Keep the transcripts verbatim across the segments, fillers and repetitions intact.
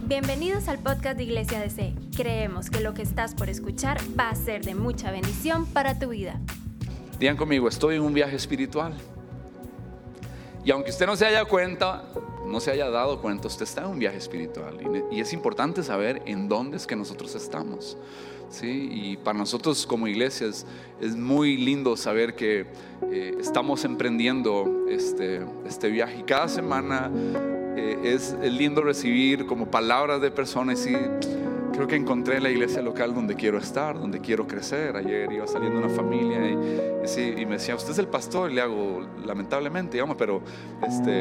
Bienvenidos al podcast de Iglesia D C. Creemos que lo que estás por escuchar va a ser de mucha bendición para tu vida. Digan conmigo, estoy en un viaje espiritual. Y aunque usted no se haya cuenta, no se haya dado cuenta, usted está en un viaje espiritual. Y es importante saber en dónde es que nosotros estamos. ¿Sí? Y para nosotros como iglesia es, es muy lindo saber que eh, estamos emprendiendo este, este viaje. Y cada semana eh, es, es lindo recibir como palabras de personas y creo que encontré la iglesia local donde quiero estar, donde quiero crecer. Ayer iba saliendo una familia y, y, sí, y me decía, ¿usted es el pastor? Y le hago, lamentablemente, digamos, pero este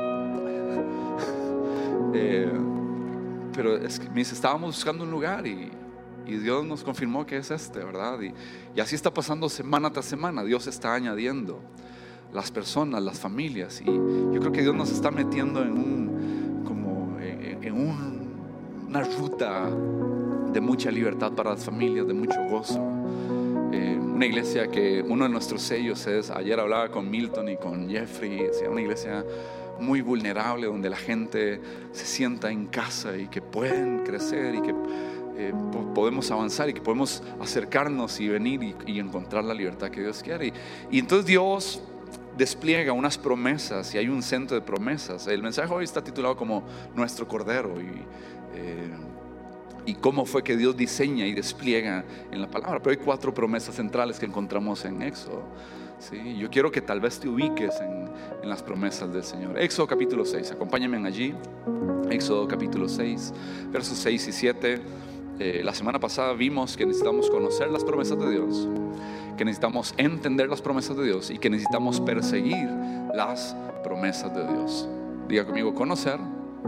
eh, pero es que me dice, estábamos buscando un lugar y Y Dios nos confirmó que es este, ¿verdad? Y, y así está pasando semana tras semana. Dios está añadiendo las personas, las familias. Y yo creo que Dios nos está metiendo en un, como en, en un, una ruta de mucha libertad para las familias, de mucho gozo. Eh, una iglesia que uno de nuestros sellos es, ayer hablaba con Milton y con Jeffrey, decía, una iglesia muy vulnerable donde la gente se sienta en casa y que pueden crecer y que Eh, podemos avanzar y que podemos acercarnos y venir y, y encontrar la libertad que Dios quiere. Y, y entonces Dios despliega unas promesas y hay un centro de promesas. El mensaje hoy está titulado como Nuestro Cordero y, eh, y cómo fue que Dios diseña y despliega en la palabra. Pero hay cuatro promesas centrales que encontramos en Éxodo. ¿Sí? Yo quiero que tal vez te ubiques en, en las promesas del Señor. Éxodo capítulo seis, acompáñenme allí. Éxodo capítulo seis, versos seis y siete. Eh, la semana pasada vimos que necesitamos conocer las promesas de Dios, que necesitamos entender las promesas de Dios y que necesitamos perseguir las promesas de Dios. Diga conmigo, conocer,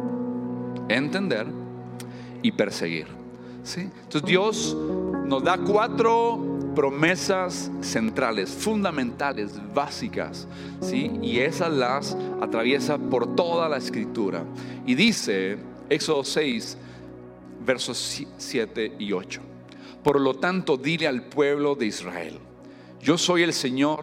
entender y perseguir. ¿Sí? Entonces Dios nos da cuatro promesas centrales, fundamentales, básicas, ¿sí? Y esas las atraviesa por toda la escritura. Y dice Éxodo seis, versos siete y ocho: por lo tanto, dile al pueblo de Israel: yo soy el Señor,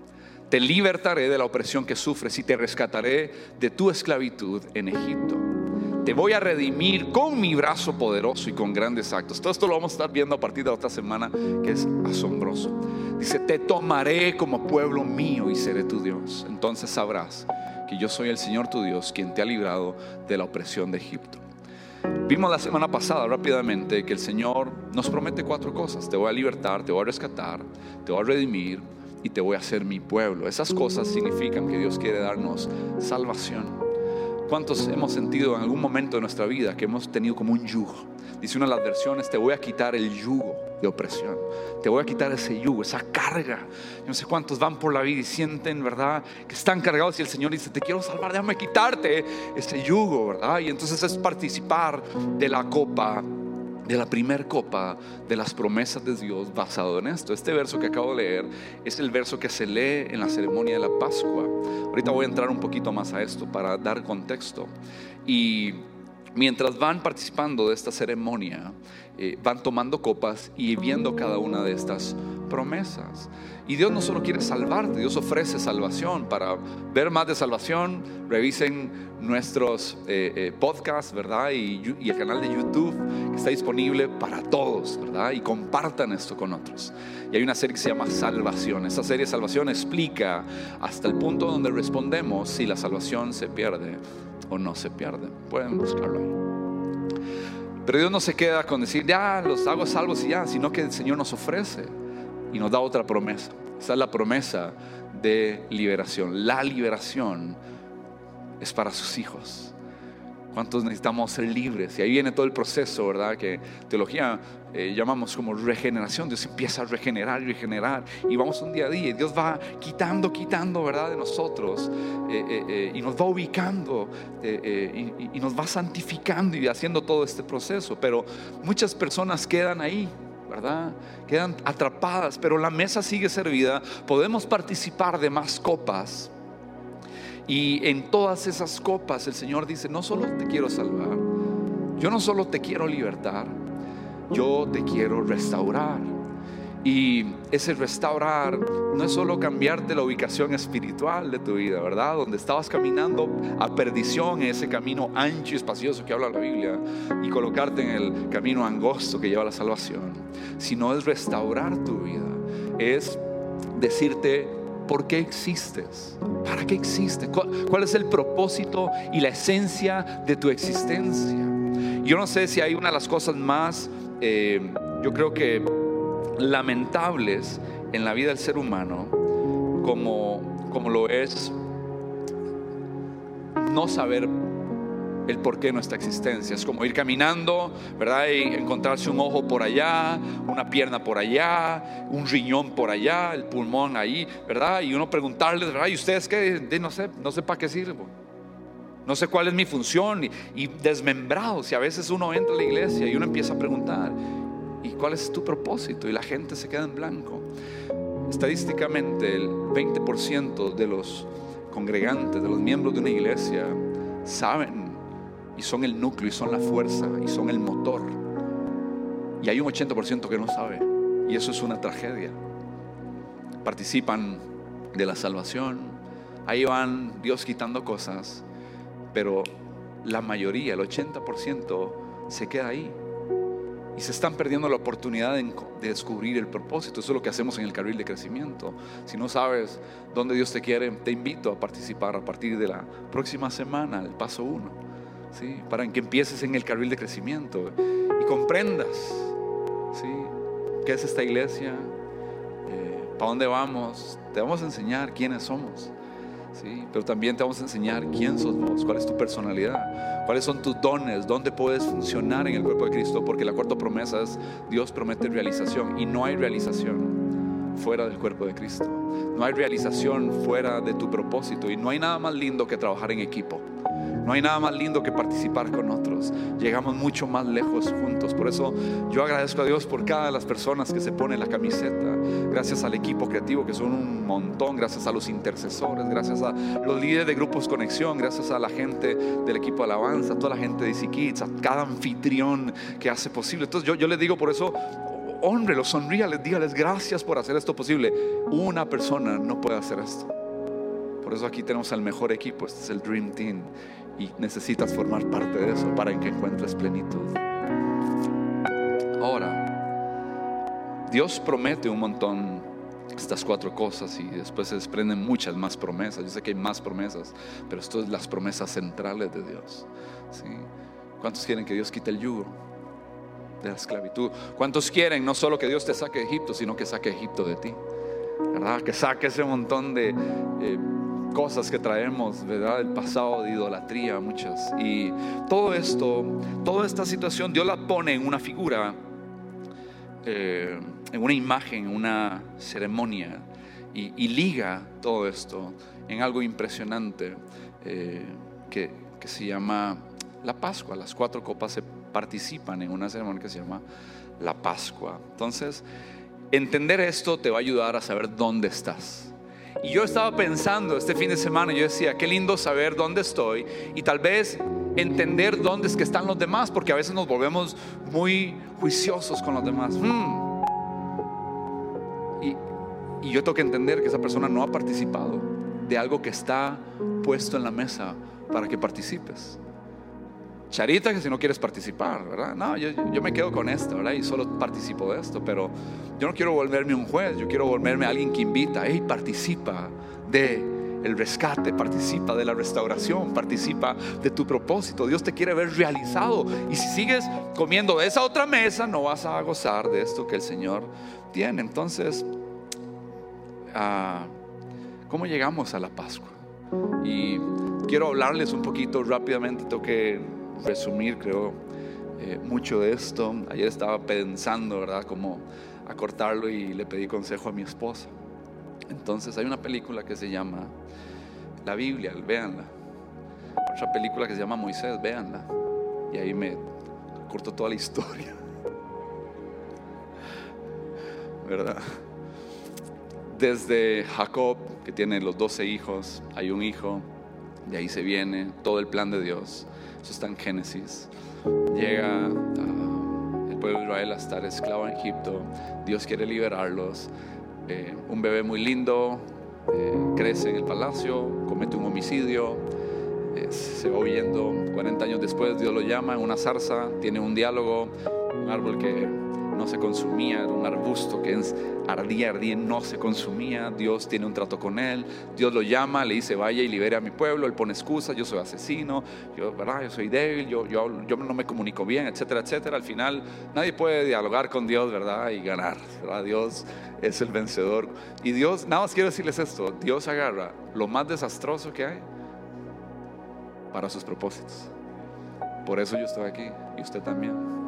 te libertaré de la opresión que sufres y te rescataré de tu esclavitud en Egipto. Te voy a redimir con mi brazo poderoso y con grandes actos. Todo esto lo vamos a estar viendo a partir de la otra semana, que es asombroso. Dice, te tomaré como pueblo mío y seré tu Dios. Entonces sabrás que yo soy el Señor tu Dios, quien te ha librado de la opresión de Egipto. Vimos la semana pasada rápidamente que el Señor nos promete cuatro cosas: te voy a libertar, te voy a rescatar, te voy a redimir y te voy a hacer mi pueblo. Esas cosas significan que Dios quiere darnos salvación. ¿Cuántos hemos sentido en algún momento de nuestra vida que hemos tenido como un yugo? Dice una de las versiones, te voy a quitar el yugo de opresión, te voy a quitar ese yugo, esa carga. Yo no sé cuántos van por la vida y sienten, ¿verdad?, que están cargados y el Señor dice, te quiero salvar, déjame quitarte ese yugo, ¿verdad? Y entonces es participar de la copa, de la primer copa de las promesas de Dios basado en esto. Este verso que acabo de leer es el verso que se lee en la ceremonia de la Pascua. Ahorita voy a entrar un poquito más a esto para dar contexto. Y mientras van participando de esta ceremonia, eh, van tomando copas y viendo cada una de estas promesas. Y Dios no solo quiere salvarte, Dios ofrece salvación. Para ver más de salvación, revisen nuestros eh, eh, podcasts, ¿verdad? Y, y el canal de YouTube que está disponible para todos, ¿verdad? Y compartan esto con otros. Y hay una serie que se llama Salvación. Esa serie de Salvación explica hasta el punto donde respondemos si la salvación se pierde o no se pierde. Pueden buscarlo ahí. Pero Dios no se queda con decir, ya los hago salvos y ya, sino que el Señor nos ofrece y nos da otra promesa. Esa es la promesa de liberación. La liberación es para sus hijos. ¿Cuántos necesitamos ser libres? Y ahí viene todo el proceso, ¿verdad? Que teología eh, llamamos como regeneración. Dios empieza a regenerar y regenerar. Y vamos un día a día y Dios va quitando, quitando, ¿verdad?, de nosotros. Eh, eh, eh, y nos va ubicando eh, eh, y, y nos va santificando y haciendo todo este proceso. Pero muchas personas quedan ahí, ¿verdad? Quedan atrapadas, pero la mesa sigue servida. Podemos participar de más copas. Y en todas esas copas el Señor dice, no solo te quiero salvar, yo no solo te quiero libertar, yo te quiero restaurar. Y ese restaurar no es solo cambiarte la ubicación espiritual de tu vida, ¿verdad? Donde estabas caminando a perdición en ese camino ancho y espacioso que habla la Biblia, y colocarte en el camino angosto que lleva a la salvación. Sino es restaurar tu vida. Es decirte: ¿por qué existes? ¿Para qué existes? ¿Cuál, cuál es el propósito y la esencia de tu existencia? Yo no sé si hay una de las cosas más, eh, yo creo que lamentables en la vida del ser humano, como, como lo es no saber el porqué de nuestra existencia. Es como ir caminando, ¿verdad? Y encontrarse un ojo por allá, una pierna por allá, un riñón por allá, el pulmón ahí, ¿verdad? Y uno preguntarles, ¿verdad? ¿Y ustedes qué? De, no sé, no sé para qué sirvo, no sé cuál es mi función. Y, y desmembrados. Y a veces uno entra a la iglesia y uno empieza a preguntar: ¿y cuál es tu propósito? Y la gente se queda en blanco. Estadísticamente, el veinte por ciento de los congregantes, de los miembros de una iglesia, saben y son el núcleo y son la fuerza y son el motor. Y hay un ochenta por ciento que no sabe, y eso es una tragedia. Participan de la salvación, ahí van Dios quitando cosas, pero la mayoría, el ochenta por ciento, se queda ahí. Y se están perdiendo la oportunidad de, de descubrir el propósito. Eso es lo que hacemos en el carril de crecimiento. Si no sabes dónde Dios te quiere, te invito a participar a partir de la próxima semana, el paso uno, ¿sí? Para que empieces en el carril de crecimiento y comprendas, ¿sí?, qué es esta iglesia, eh, para dónde vamos. Te vamos a enseñar quiénes somos, ¿sí? Pero también te vamos a enseñar quién sos vos, cuál es tu personalidad, cuáles son tus dones, dónde puedes funcionar en el cuerpo de Cristo. Porque la cuarta promesa es: Dios promete realización, y no hay realización fuera del cuerpo de Cristo. No hay realización fuera de tu propósito. Y no hay nada más lindo que trabajar en equipo. No hay nada más lindo que participar con otros. Llegamos mucho más lejos juntos. Por eso yo agradezco a Dios por cada de las personas que se ponen la camiseta. Gracias al equipo creativo, que son un montón. Gracias a los intercesores. Gracias a los líderes de grupos Conexión. Gracias a la gente del equipo de alabanza, a toda la gente de Easy Kids, a cada anfitrión que hace posible. Entonces yo, yo les digo, por eso, honrenlos, sonríales, dígales gracias por hacer esto posible. Una persona no puede hacer esto. Por eso aquí tenemos al mejor equipo. Este es el Dream Team. Y necesitas formar parte de eso para que encuentres plenitud. Ahora, Dios promete un montón, estas cuatro cosas, y después se desprenden muchas más promesas. Yo sé que hay más promesas, pero esto es las promesas centrales de Dios, ¿sí? ¿Cuántos quieren que Dios quite el yugo de la esclavitud? ¿Cuántos quieren no solo que Dios te saque de Egipto, sino que saque Egipto de ti, ¿verdad? Que saque ese montón de eh, cosas que traemos, ¿verdad?, del pasado, de idolatría, muchas. Y todo esto, toda esta situación, Dios la pone en una figura, eh, en una imagen, en una ceremonia, y, y liga todo esto en algo impresionante, eh, que, que se llama la Pascua. Las cuatro copas se participan en una ceremonia que se llama la Pascua. Entonces, entender esto te va a ayudar a saber dónde estás. Y yo estaba pensando este fin de semana, yo decía: qué lindo saber dónde estoy, y tal vez entender dónde es que están los demás, porque a veces nos volvemos muy juiciosos con los demás. hmm. y, y yo tengo que entender que esa persona no ha participado de algo que está puesto en la mesa para que participes. Charita, que si no quieres participar, ¿verdad? No, yo, yo me quedo con esto, ¿verdad? Y solo participo de esto. Pero yo no quiero volverme un juez. Yo quiero volverme alguien que invita. Hey, participa de el rescate, participa de la restauración, participa de tu propósito. Dios te quiere ver realizado. Y si sigues comiendo de esa otra mesa, no vas a gozar de esto que el Señor tiene. Entonces, uh, ¿cómo llegamos a la Pascua? Y quiero hablarles un poquito rápidamente. Tengo que resumir, creo, eh, mucho de esto. Ayer estaba pensando, ¿verdad?, cómo acortarlo, y le pedí consejo a mi esposa. Entonces hay una película que se llama La Biblia, véanla. Otra película que se llama Moisés, véanla. Y ahí me cortó toda la historia, ¿verdad? Desde Jacob, que tiene los doce hijos, hay un hijo, de ahí se viene todo el plan de Dios. Eso está en Génesis. Llega uh, el pueblo de Israel a estar esclavo en Egipto. Dios quiere liberarlos. Eh, un bebé muy lindo eh, crece en el palacio, comete un homicidio, eh, se va huyendo. cuarenta años después Dios lo llama en una zarza, tiene un diálogo. Un árbol que no se consumía, era un arbusto que ardía, ardía, no se consumía. Dios tiene un trato con él. Dios lo llama, le dice vaya y libere a mi pueblo. Él pone excusas: yo soy asesino, yo, ¿verdad? yo soy débil, yo, yo, yo no me comunico bien, etcétera, etcétera. Al final nadie puede dialogar con Dios, ¿verdad? Y ganar, ¿verdad? Dios es el vencedor. Y Dios, nada más quiero decirles esto: Dios agarra lo más desastroso que hay para sus propósitos. Por eso yo estoy aquí y usted también.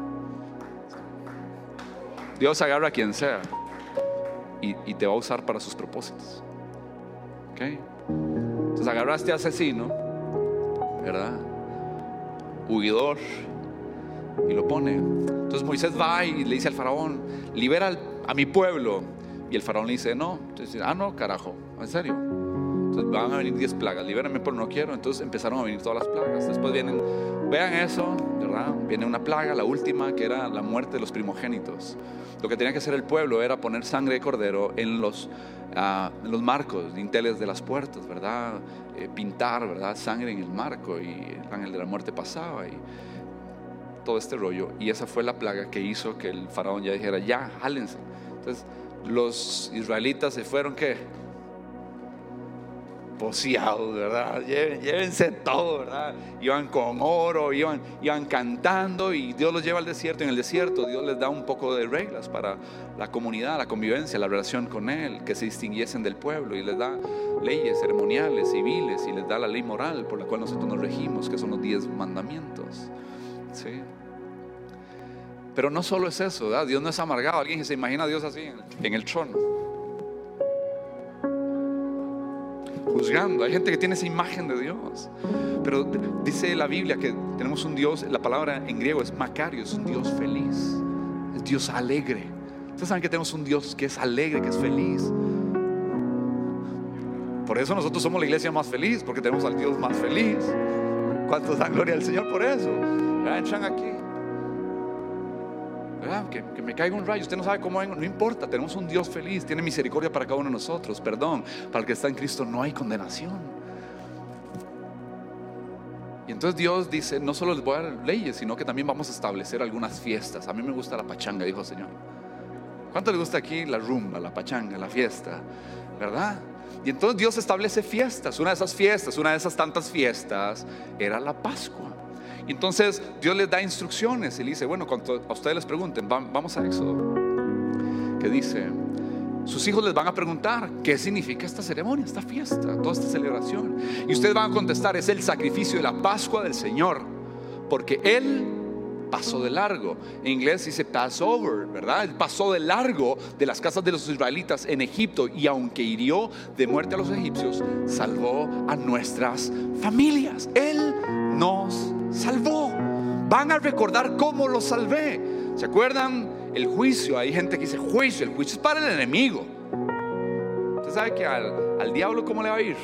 Dios agarra a quien sea y, y te va a usar para sus propósitos. ¿Ok? Entonces agarra a este asesino, ¿verdad? Huidor, y lo pone. Entonces Moisés va y le dice al faraón: libera al, a mi pueblo. Y el faraón le dice: no. Entonces, ah, no, carajo, en serio. Entonces van a venir diez plagas, libérame, pero no quiero. Entonces empezaron a venir todas las plagas. Después vienen, vean eso, ¿verdad? Viene una plaga, la última, que era la muerte de los primogénitos. Lo que tenía que hacer el pueblo era poner sangre de cordero en los, uh, en los marcos, dinteles de las puertas, ¿verdad? Eh, pintar, ¿verdad? Sangre en el marco, y el ángel de la muerte pasaba y todo este rollo. Y esa fue la plaga que hizo que el faraón ya dijera: ya, jálense. Entonces los israelitas se fueron, ¿qué? Poseados, ¿verdad? Lléven, llévense todo, ¿verdad? Iban con oro, iban, iban cantando, y Dios los lleva al desierto. En el desierto Dios les da un poco de reglas para la comunidad, la convivencia, la relación con Él, que se distinguiesen del pueblo, y les da leyes ceremoniales, civiles, y les da la ley moral por la cual nosotros nos regimos, que son los diez mandamientos. ¿Sí? Pero no solo es eso, ¿verdad? Dios no es amargado. Alguien que se imagina a Dios así en el, en el trono, juzgando. Hay gente que tiene esa imagen de Dios, pero dice la Biblia que tenemos un Dios, la palabra en griego es Macario, es un Dios feliz, es Dios alegre. Ustedes saben que tenemos un Dios que es alegre, que es feliz. Por eso nosotros somos la iglesia más feliz, porque tenemos al Dios más feliz. ¿Cuántos dan gloria al Señor por eso? ¿Verdad? Entran aquí, ¿verdad? Que, que me caiga un rayo, usted no sabe cómo vengo, no importa, tenemos un Dios feliz, tiene misericordia para cada uno de nosotros, perdón. Para el que está en Cristo no hay condenación. Y entonces Dios dice: no solo les voy a dar leyes, sino que también vamos a establecer algunas fiestas. A mí me gusta la pachanga, dijo el Señor. ¿Cuánto le gusta aquí la rumba, la pachanga, la fiesta? ¿Verdad? Y entonces Dios establece fiestas. Una de esas fiestas, una de esas tantas fiestas, era la Pascua. Y entonces Dios les da instrucciones y le dice: bueno, cuando a ustedes les pregunten, vamos a Éxodo, que dice: sus hijos les van a preguntar qué significa esta ceremonia, esta fiesta, toda esta celebración, y ustedes van a contestar: es el sacrificio de la Pascua del Señor, porque Él pasó de largo. En inglés dice Passover, ¿verdad? Él pasó de largo de las casas de los israelitas en Egipto, y aunque hirió de muerte a los egipcios, salvó a nuestras familias. Él nos salvó. Van a recordar cómo los salvé. ¿Se acuerdan? El juicio. Hay gente que dice juicio. El juicio es para el enemigo. Usted sabe que al, al diablo, ¿cómo le va a ir?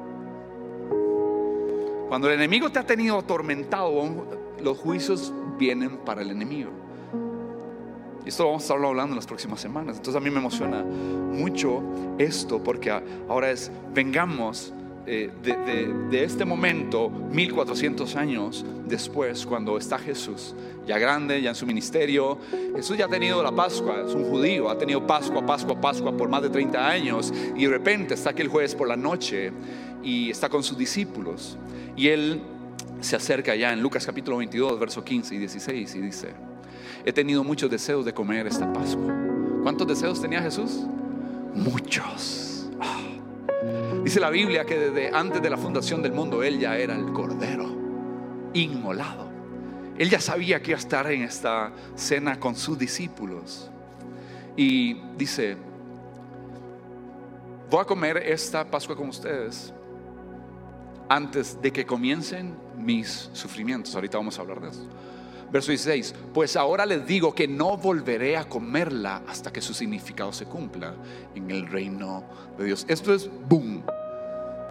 Cuando el enemigo te ha tenido atormentado, los juicios vienen para el enemigo. Y esto vamos a estarlo hablando en las próximas semanas. Entonces a mí me emociona mucho esto, porque ahora es: vengamos eh, de, de, de este momento mil cuatrocientos años después, cuando está Jesús ya grande, ya en su ministerio. Jesús ya ha tenido la Pascua, es un judío, ha tenido Pascua, Pascua, Pascua por más de treinta años, y de repente está aquí el jueves por la noche y está con sus discípulos, y él se acerca ya en Lucas capítulo veintidós, verso quince y dieciséis, y dice: he tenido muchos deseos de comer esta Pascua. ¿Cuántos deseos tenía Jesús? Muchos. Oh. Dice la Biblia que desde antes de la fundación del mundo Él ya era el Cordero inmolado. Él ya sabía que iba a estar en esta cena con sus discípulos, y dice: voy a comer esta Pascua con ustedes antes de que comiencen mis sufrimientos. Ahorita vamos a hablar de eso. Verso dieciséis: pues ahora les digo que no volveré a comerla hasta que su significado se cumpla en el reino de Dios. Esto es boom.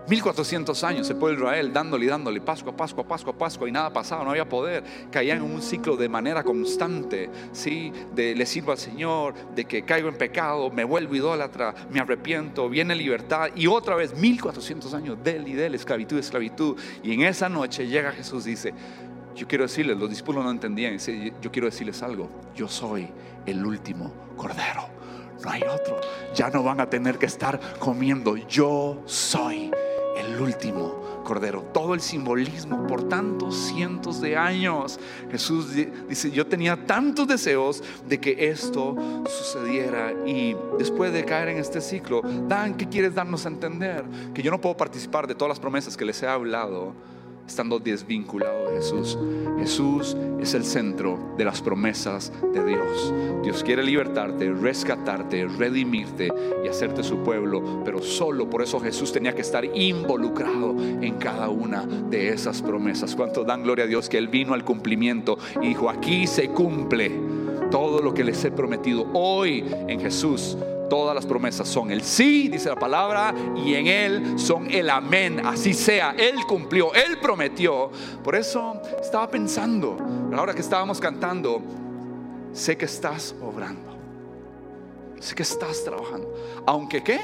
mil cuatrocientos años el pueblo de Israel dándole y dándole, Pascua, Pascua, Pascua, Pascua, y nada pasaba, no había poder. Caían en un ciclo de manera constante, ¿sí? De le sirvo al Señor, de que caigo en pecado, me vuelvo idólatra, me arrepiento, viene libertad, y otra vez mil cuatrocientos años de él y de él, esclavitud, esclavitud. Y en esa noche llega Jesús y dice: yo quiero decirles, los discípulos no entendían, dice: yo quiero decirles algo, yo soy el último cordero, no hay otro, ya no van a tener que estar comiendo, yo soy el último cordero. Todo el simbolismo por tantos cientos de años. Jesús dice: yo tenía tantos deseos de que esto sucediera. Y después de caer en este ciclo, Dan, ¿qué quieres darnos a entender? Que yo no puedo participar de todas las promesas que les he hablado estando desvinculado de Jesús. Jesús es el centro de las promesas de Dios. Dios quiere libertarte, rescatarte, redimirte y hacerte su pueblo, pero solo por eso Jesús tenía que estar involucrado en cada una de esas promesas. ¿Cuántos dan gloria a Dios que Él vino al cumplimiento y dijo: aquí se cumple todo lo que les he prometido? Hoy en Jesús todas las promesas son el sí, dice la palabra, y en Él son el amén. Así sea, Él cumplió, Él prometió. Por eso estaba pensando, ahora que estábamos cantando, sé que estás obrando, sé que estás trabajando, aunque ¿qué?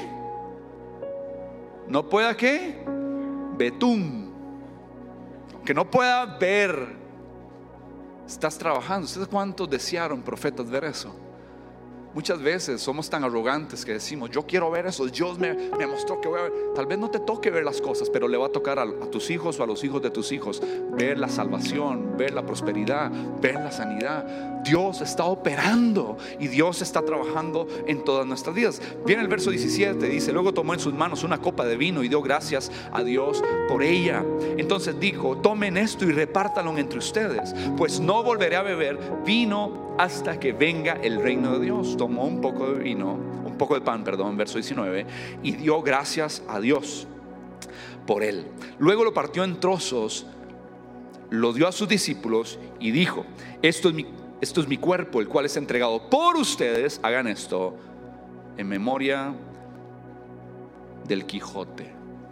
No pueda ¿qué? Betún, que no pueda ver, estás trabajando. ¿Ustedes cuántos desearon, profetas, ver eso? Muchas veces somos tan arrogantes que decimos: yo quiero ver eso, Dios me, me mostró que voy a ver. Tal vez no te toque ver las cosas, pero le va a tocar a, a tus hijos o a los hijos de tus hijos ver la salvación, ver la prosperidad, ver la sanidad. Dios está operando y Dios está trabajando en todas nuestras vidas. Viene el verso diecisiete, dice: luego tomó en sus manos una copa de vino y dio gracias a Dios por ella. Entonces dijo: tomen esto y repártanlo entre ustedes, pues no volveré a beber vino hasta que venga el reino de Dios. Tomó un poco de vino, un poco de pan, perdón, verso diecinueve, y dio gracias a Dios por él. Luego lo partió en trozos, lo dio a sus discípulos y dijo: esto es mi, esto es mi cuerpo, el cual es entregado por ustedes. Hagan esto en memoria del Quijote,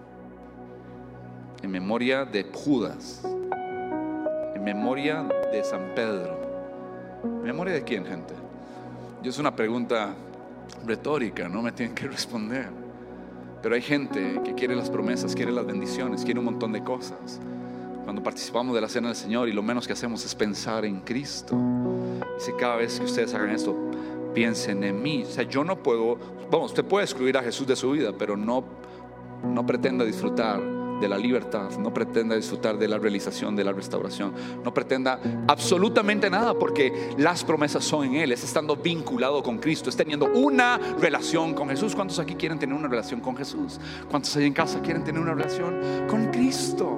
en memoria de Judas, en memoria de San Pedro. ¿Memoria de quién, gente? Yo, es una pregunta retórica, no me tienen que responder. Pero hay gente que quiere las promesas, quiere las bendiciones, quiere un montón de cosas. Cuando participamos de la cena del Señor y lo menos que hacemos es pensar en Cristo. Y si cada vez que ustedes hagan esto, piensen en mí. O sea, yo no puedo, bueno, usted puede excluir a Jesús de su vida, pero no, no pretenda disfrutar de la libertad, no pretenda disfrutar de la realización, de la restauración, no pretenda absolutamente nada, porque las promesas son en Él. Es estando vinculado con Cristo, es teniendo una relación con Jesús. ¿Cuántos aquí quieren tener una relación con Jesús? ¿Cuántos ahí en casa quieren tener una relación con Cristo?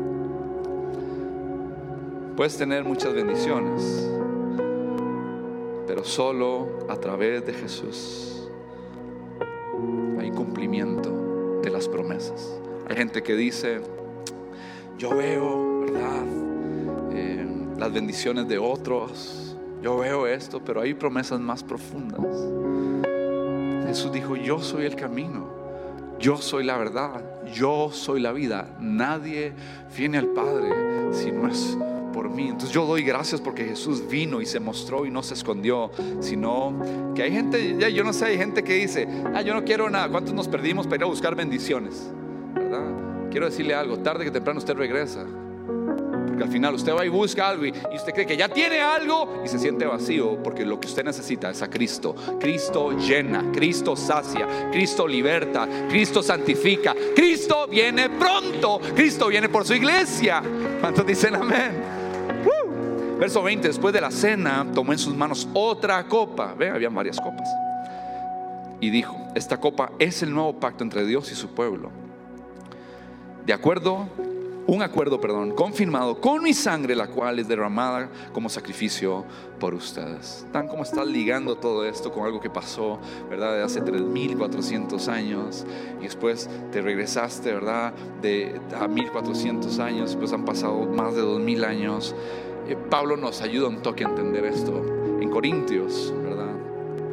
Puedes tener muchas bendiciones, pero solo a través de Jesús hay cumplimiento de las promesas. Hay gente que dice: yo veo, ¿verdad? Eh, las bendiciones de otros, yo veo esto, pero hay promesas más profundas. Jesús dijo: yo soy el camino, yo soy la verdad, yo soy la vida. Nadie viene al Padre si no es por mí. Entonces yo doy gracias porque Jesús vino y se mostró y no se escondió, sino que hay gente, ya yo no sé, hay gente que dice: ah, yo no quiero nada. ¿Cuántos nos perdimos para ir a buscar bendiciones? ¿Verdad? Quiero decirle algo: tarde que temprano usted regresa, porque al final usted va y busca algo y, y usted cree que ya tiene algo y se siente vacío, porque lo que usted necesita es a Cristo. Cristo llena, Cristo sacia, Cristo liberta, Cristo santifica, Cristo viene pronto, Cristo viene por su iglesia. ¿Cuántos dicen amén? uh. Verso veinte: después de la cena tomó en sus manos otra copa. Ve, habían varias copas, y dijo: esta copa es el nuevo pacto entre Dios y su pueblo, de acuerdo, un acuerdo, perdón, confirmado con mi sangre, la cual es derramada como sacrificio por ustedes. Tan como estás ligando todo esto con algo que pasó, ¿verdad? De hace tres mil cuatrocientos años, y después te regresaste, ¿verdad? De a mil cuatrocientos años, después han pasado más de dos mil años. Eh, Pablo nos ayuda un toque a entender esto. En Corintios, ¿verdad?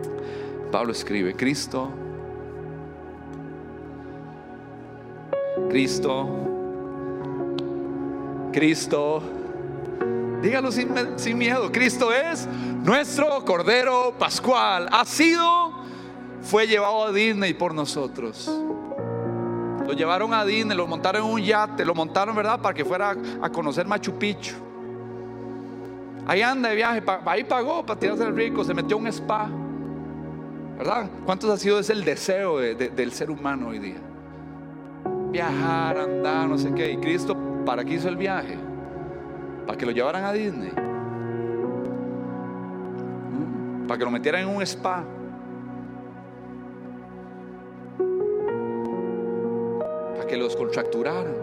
Pablo escribe: Cristo Cristo, Cristo, dígalo sin, sin miedo, Cristo es nuestro Cordero Pascual. Ha sido, fue llevado a Disney por nosotros. Lo llevaron a Disney, lo montaron en un yate, lo montaron, ¿verdad?, para que fuera a conocer Machu Picchu. Ahí anda de viaje, ahí pagó para tirarse el rico, se metió a un spa, ¿verdad? ¿Cuántos ha sido ese el deseo de, de, del ser humano hoy día? Viajar, andar, no sé qué. Y Cristo, ¿para qué hizo el viaje? Para que lo llevaran a Disney, ¿Mm? Para que lo metieran en un spa. Para que los contracturaran.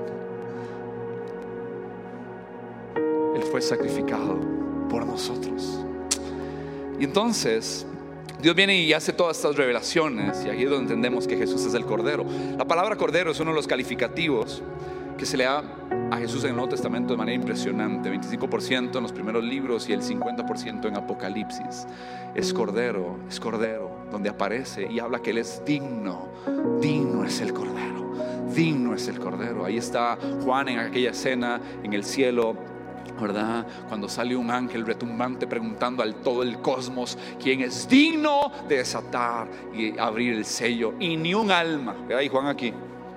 Él fue sacrificado por nosotros. Y entonces Dios viene y hace todas estas revelaciones, y aquí es donde entendemos que Jesús es el Cordero. La palabra Cordero es uno de los calificativos que se le da a Jesús en el Nuevo Testamento de manera impresionante. veinticinco por ciento en los primeros libros y el cincuenta por ciento en Apocalipsis. Es Cordero, es Cordero, donde aparece y habla que Él es digno. Digno es el Cordero, digno es el Cordero. Ahí está Juan en aquella escena en el cielo, ¿verdad? Cuando sale un ángel retumbante preguntando al todo el cosmos quién es digno de desatar y abrir el sello, y ni un alma. Ve ahí Juan aquí.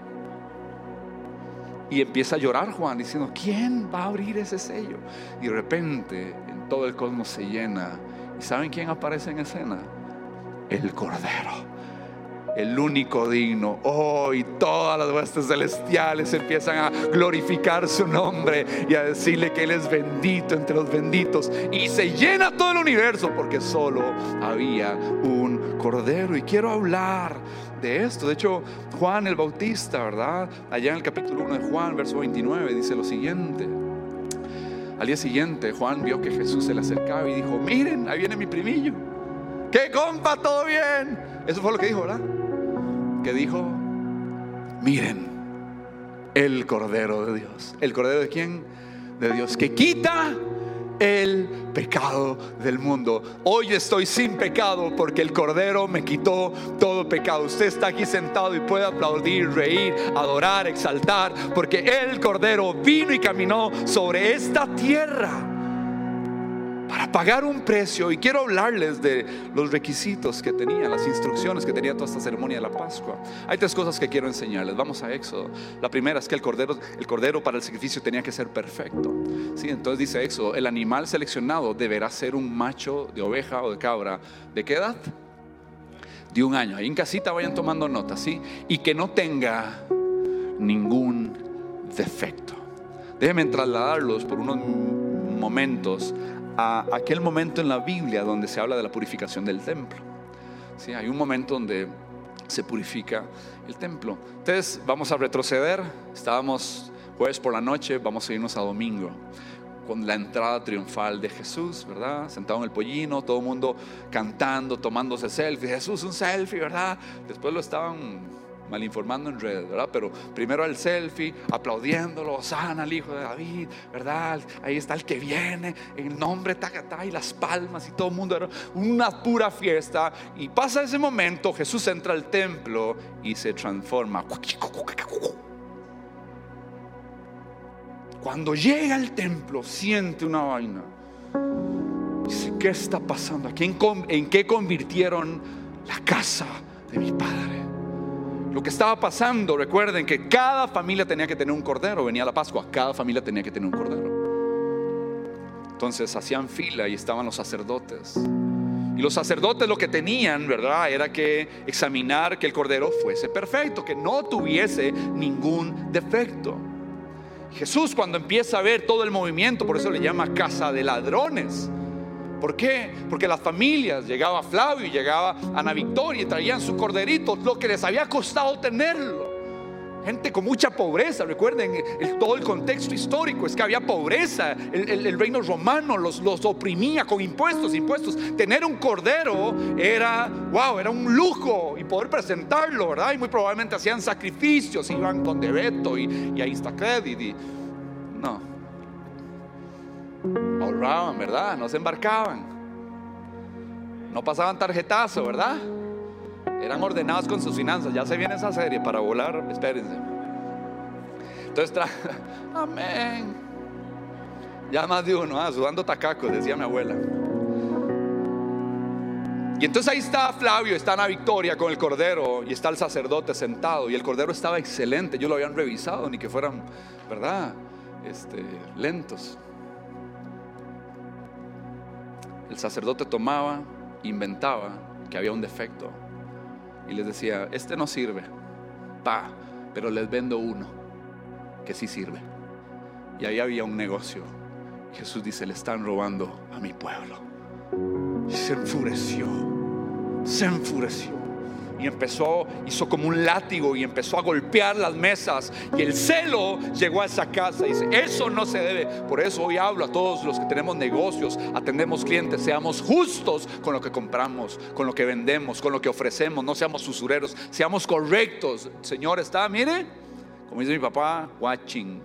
Y empieza a llorar Juan diciendo: ¿quién va a abrir ese sello? Y de repente en todo el cosmos se llena. ¿Y saben quién aparece en escena? El Cordero, el único digno. Oh, y todas las huestes celestiales empiezan a glorificar su nombre y a decirle que Él es bendito entre los benditos. Y se llena todo el universo porque solo había un Cordero. Y quiero hablar de esto. De hecho, Juan el Bautista, ¿verdad? Allá en el capítulo uno de Juan, verso veintinueve, dice lo siguiente: al día siguiente Juan vio que Jesús se le acercaba y dijo: miren, ahí viene mi primillo. ¿Qué compa? ¿Todo bien? Eso fue lo que dijo, ¿verdad? Que dijo: miren, el Cordero de Dios. ¿El Cordero de quién? De Dios, que quita el pecado del mundo. Hoy estoy sin pecado porque el Cordero me quitó todo pecado. Usted está aquí sentado y puede aplaudir, reír, adorar, exaltar, porque el Cordero vino y caminó sobre esta tierra para pagar un precio. Y quiero hablarles de los requisitos que tenía, las instrucciones que tenía toda esta ceremonia de la Pascua. Hay tres cosas que quiero enseñarles. Vamos a Éxodo. La primera es que el cordero, el cordero para el sacrificio tenía que ser perfecto. ¿Sí? Entonces dice Éxodo: el animal seleccionado deberá ser un macho de oveja o de cabra. ¿De qué edad? De un año. Ahí en casita vayan tomando nota, ¿sí? Y que no tenga ningún defecto. Déjenme trasladarlos por unos momentos a aquel momento en la Biblia donde se habla de la purificación del templo. ¿Sí? Hay un momento donde se purifica el templo. Entonces vamos a retroceder. Estábamos jueves por la noche, vamos a irnos a domingo, con la entrada triunfal de Jesús, ¿verdad? Sentado en el pollino, todo el mundo cantando, tomándose selfie. Jesús, un selfie, ¿verdad? Después lo estaban mal informando en redes, ¿verdad? Pero primero el selfie, aplaudiéndolo: Hosana al Hijo de David, ¿verdad? Ahí está el que viene, el nombre, tacatá, y las palmas, y todo el mundo. Era una pura fiesta. Y pasa ese momento, Jesús entra al templo y se transforma. Cuando llega al templo, siente una vaina. Dice: ¿qué está pasando aquí? ¿En qué convirtieron la casa de mi padre? Lo que estaba pasando, recuerden que cada familia tenía que tener un cordero. Venía la Pascua, cada familia tenía que tener un cordero. Entonces hacían fila y estaban los sacerdotes. Y los sacerdotes lo que tenían, ¿verdad?, era que examinar que el cordero fuese perfecto, que no tuviese ningún defecto. Jesús, cuando empieza a ver todo el movimiento, por eso le llama casa de ladrones. ¿Por qué? Porque las familias, llegaba Flavio y llegaba Ana Victoria y traían su corderito, lo que les había costado tenerlo. Gente con mucha pobreza. Recuerden el, todo el contexto histórico es que había pobreza. El, el, el reino romano los, los oprimía con impuestos, impuestos. Tener un cordero era, wow, era un lujo, y poder presentarlo, ¿verdad? Y muy probablemente hacían sacrificios, iban con Debeto y, y a Instacredit y no. Ahorraban, ¿verdad? No se embarcaban, no pasaban tarjetazo, ¿verdad? Eran ordenados con sus finanzas. Ya se viene esa serie para volar, espérense. Entonces trae, amén. Ya más de uno, ah, sudando tacacos, decía mi abuela. Y entonces ahí está Flavio, está Ana Victoria con el cordero y está el sacerdote sentado. Y el cordero estaba excelente, ellos lo habían revisado, ni que fueran, ¿verdad? Este, lentos. El sacerdote tomaba, inventaba que había un defecto y les decía, este no sirve, pa, pero les vendo uno que sí sirve. Y ahí había un negocio. Jesús dice, le están robando a mi pueblo. Y se enfureció, se enfureció y empezó, hizo como un látigo y empezó a golpear las mesas. Y el celo llegó a esa casa y dice, eso no se debe. Por eso hoy hablo a todos los que tenemos negocios, atendemos clientes, seamos justos con lo que compramos, con lo que vendemos, con lo que ofrecemos. No seamos usureros, seamos correctos. El Señor está, mire, como dice mi papá, watching.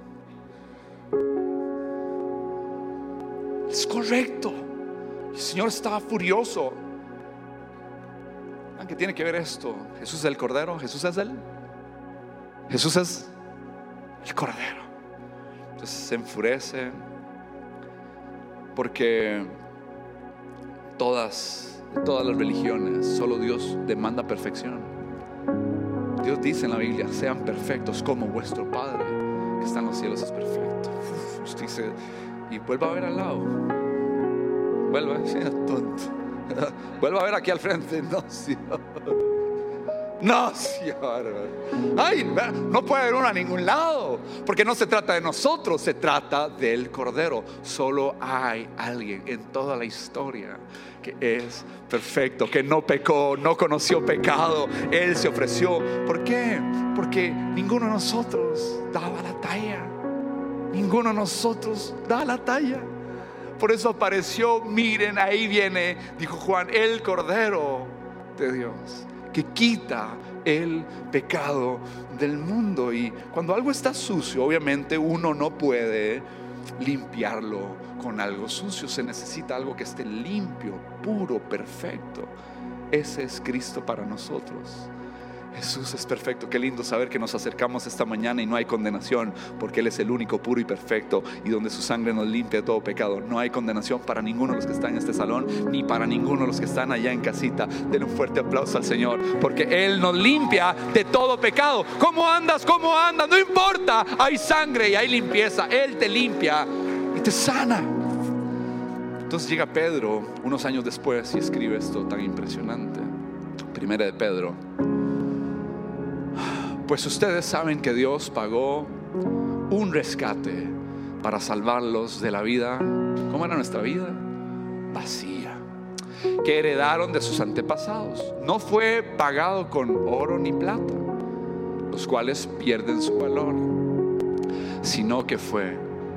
Es correcto. El Señor estaba furioso. ¿Qué tiene que ver esto? Jesús es el Cordero. Jesús es Él. Jesús es el Cordero. Entonces se enfurece porque todas, todas las religiones, solo Dios demanda perfección. Dios dice en la Biblia, sean perfectos como vuestro Padre que está en los cielos es perfecto. Uf, usted dice, y vuelva a ver al lado. Vuelva, sí, tonto. Vuelva a ver aquí al frente. No, Señor. No, Señor. Ay, no puede haber uno a ningún lado, porque no se trata de nosotros, se trata del Cordero. Solo hay alguien en toda la historia que es perfecto, que no pecó, no conoció pecado. Él se ofreció. ¿Por qué? Porque ninguno de nosotros daba la talla. Ninguno de nosotros da la talla. Por eso apareció, miren, ahí viene, dijo Juan, el Cordero de Dios, que quita el pecado del mundo. Y cuando algo está sucio, obviamente uno no puede limpiarlo con algo sucio. Se necesita algo que esté limpio, puro, perfecto. Ese es Cristo para nosotros. Jesús es perfecto. Qué lindo saber que nos acercamos esta mañana y no hay condenación, porque Él es el único puro y perfecto, y donde su sangre nos limpia de todo pecado. No hay condenación para ninguno de los que están en este salón, ni para ninguno de los que están allá en casita. Denle un fuerte aplauso al Señor, porque Él nos limpia de todo pecado. ¿Cómo andas? ¿Cómo andas? No importa, hay sangre y hay limpieza. Él te limpia y te sana. Entonces llega Pedro unos años después y escribe esto tan impresionante. Primera de Pedro. Pues ustedes saben que Dios pagó un rescate para salvarlos de la vida. ¿Cómo era nuestra vida? Vacía, que heredaron de sus antepasados. No fue pagado con oro ni plata, los cuales pierden su valor, sino que fue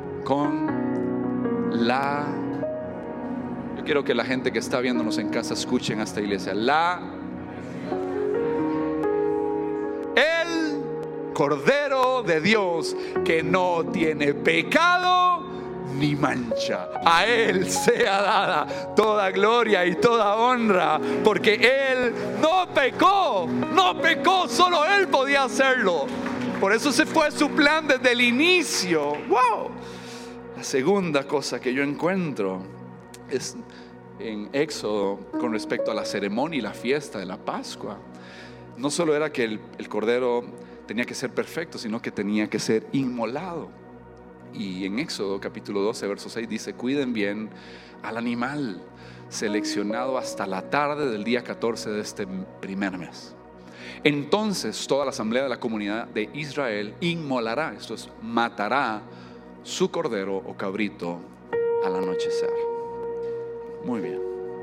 con la... Yo quiero que la gente que está viéndonos en casa escuchen a esta iglesia. La... El Cordero de Dios, que no tiene pecado ni mancha. A Él sea dada toda gloria y toda honra, porque Él no pecó, no pecó, solo Él podía hacerlo. Por eso se fue su plan desde el inicio. Wow. La segunda cosa que yo encuentro es en Éxodo con respecto a la ceremonia y la fiesta de la Pascua. No solo era que el, el Cordero tenía que ser perfecto, sino que tenía que ser inmolado. Y en Éxodo capítulo doce verso seis dice: cuiden bien al animal seleccionado hasta la tarde del día catorce de este primer mes. Entonces toda la asamblea de la comunidad de Israel inmolará, esto es, matará su cordero o cabrito al anochecer. Muy bien.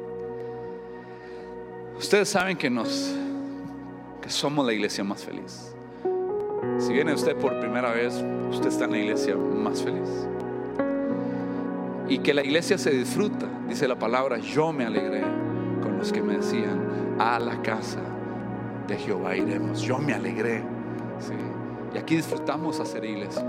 Ustedes saben que nos que somos la iglesia más feliz. Si viene usted por primera vez, usted está en la iglesia más feliz. Y que la iglesia se disfruta. Dice la palabra: yo me alegré con los que me decían, a la casa de Jehová iremos. Yo me alegré, ¿sí? Y aquí disfrutamos hacer iglesia.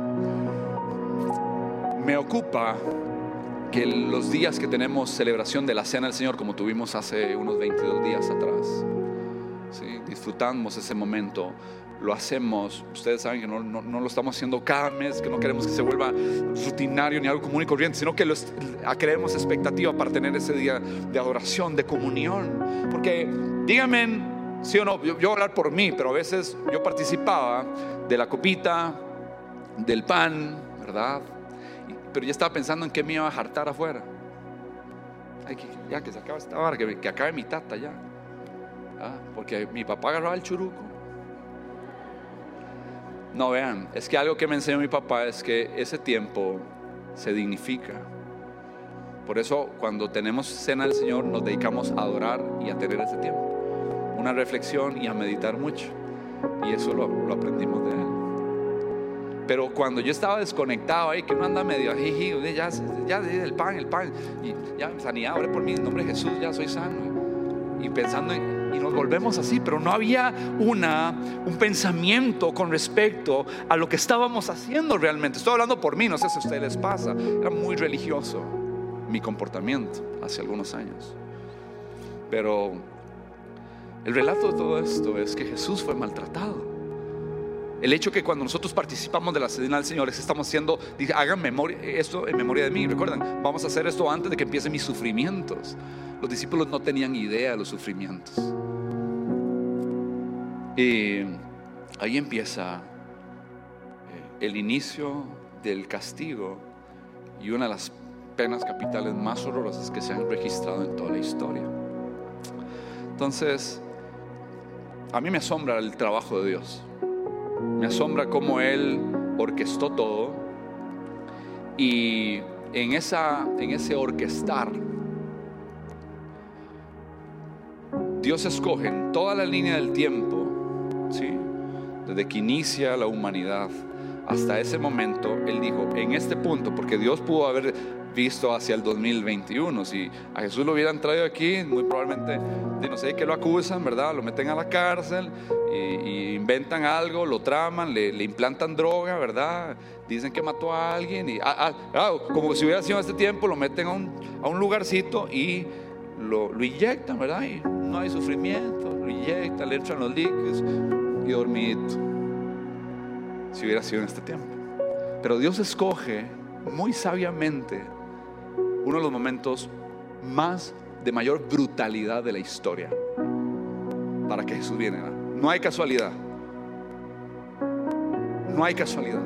Me ocupa que los días que tenemos celebración de la Cena del Señor, como tuvimos hace unos veintidós días atrás, ¿sí? Disfrutamos ese momento. lo hacemos. Ustedes saben que no, no, no lo estamos haciendo cada mes, que no queremos que se vuelva rutinario ni algo común y corriente, sino que los, creemos expectativa para tener ese día de adoración, de comunión. Porque díganme, sí o no, yo, yo voy a hablar por mí, pero a veces yo participaba de la copita, del pan, ¿verdad? Pero ya estaba pensando en qué me iba a jartar afuera. Ay, que, ya que se acaba esta hora, que, que acabe mi tata ya. Ah, porque mi papá agarraba el churuco. No, vean, es que algo que me enseñó mi papá es que ese tiempo se dignifica. Por eso cuando tenemos cena del Señor nos dedicamos a adorar y a tener ese tiempo, una reflexión y a meditar mucho. Y eso lo, lo aprendimos de él. Pero cuando yo estaba desconectado ahí, que uno anda medio jiji, ya, ya el pan, el pan, y ya sanidad, ore por mí, en nombre de Jesús, ya soy sano. Y pensando en y nos volvemos así, pero no había una, un pensamiento con respecto a lo que estábamos haciendo realmente. Estoy hablando por mí, no sé si a ustedes les pasa. Era muy religioso mi comportamiento hace algunos años, pero el relato de todo esto es que Jesús fue maltratado. El hecho que cuando nosotros participamos de la cena del Señor, estamos haciendo, dice, hagan memoria, esto en memoria de mí. Recuerden, vamos a hacer esto antes de que empiecen mis sufrimientos. Los discípulos no tenían idea de los sufrimientos. Y ahí empieza el inicio del castigo y una de las penas capitales más horrorosas que se han registrado en toda la historia. Entonces, a mí me asombra el trabajo de Dios. Me asombra cómo Él orquestó todo. Y en, esa, en ese orquestar, Dios escoge en toda la línea del tiempo, ¿sí? Desde que inicia la humanidad hasta ese momento, Él dijo, en este punto, porque Dios pudo haber visto hacia el dos mil veintiuno, si a Jesús lo hubieran traído aquí, muy probablemente, no sé qué lo acusan, ¿verdad? Lo meten a la cárcel y, y inventan algo, lo traman, le, le implantan droga, ¿verdad? Dicen que mató a alguien y ah, ah, como si hubiera sido en este tiempo, lo meten a un, a un lugarcito y lo, lo inyectan, ¿verdad? Y no hay sufrimiento, lo inyectan, le echan los líquidos y dormidito. Si hubiera sido en este tiempo. Pero Dios escoge muy sabiamente uno de los momentos más de mayor brutalidad de la historia para que Jesús viniera. No hay casualidad. No hay casualidad.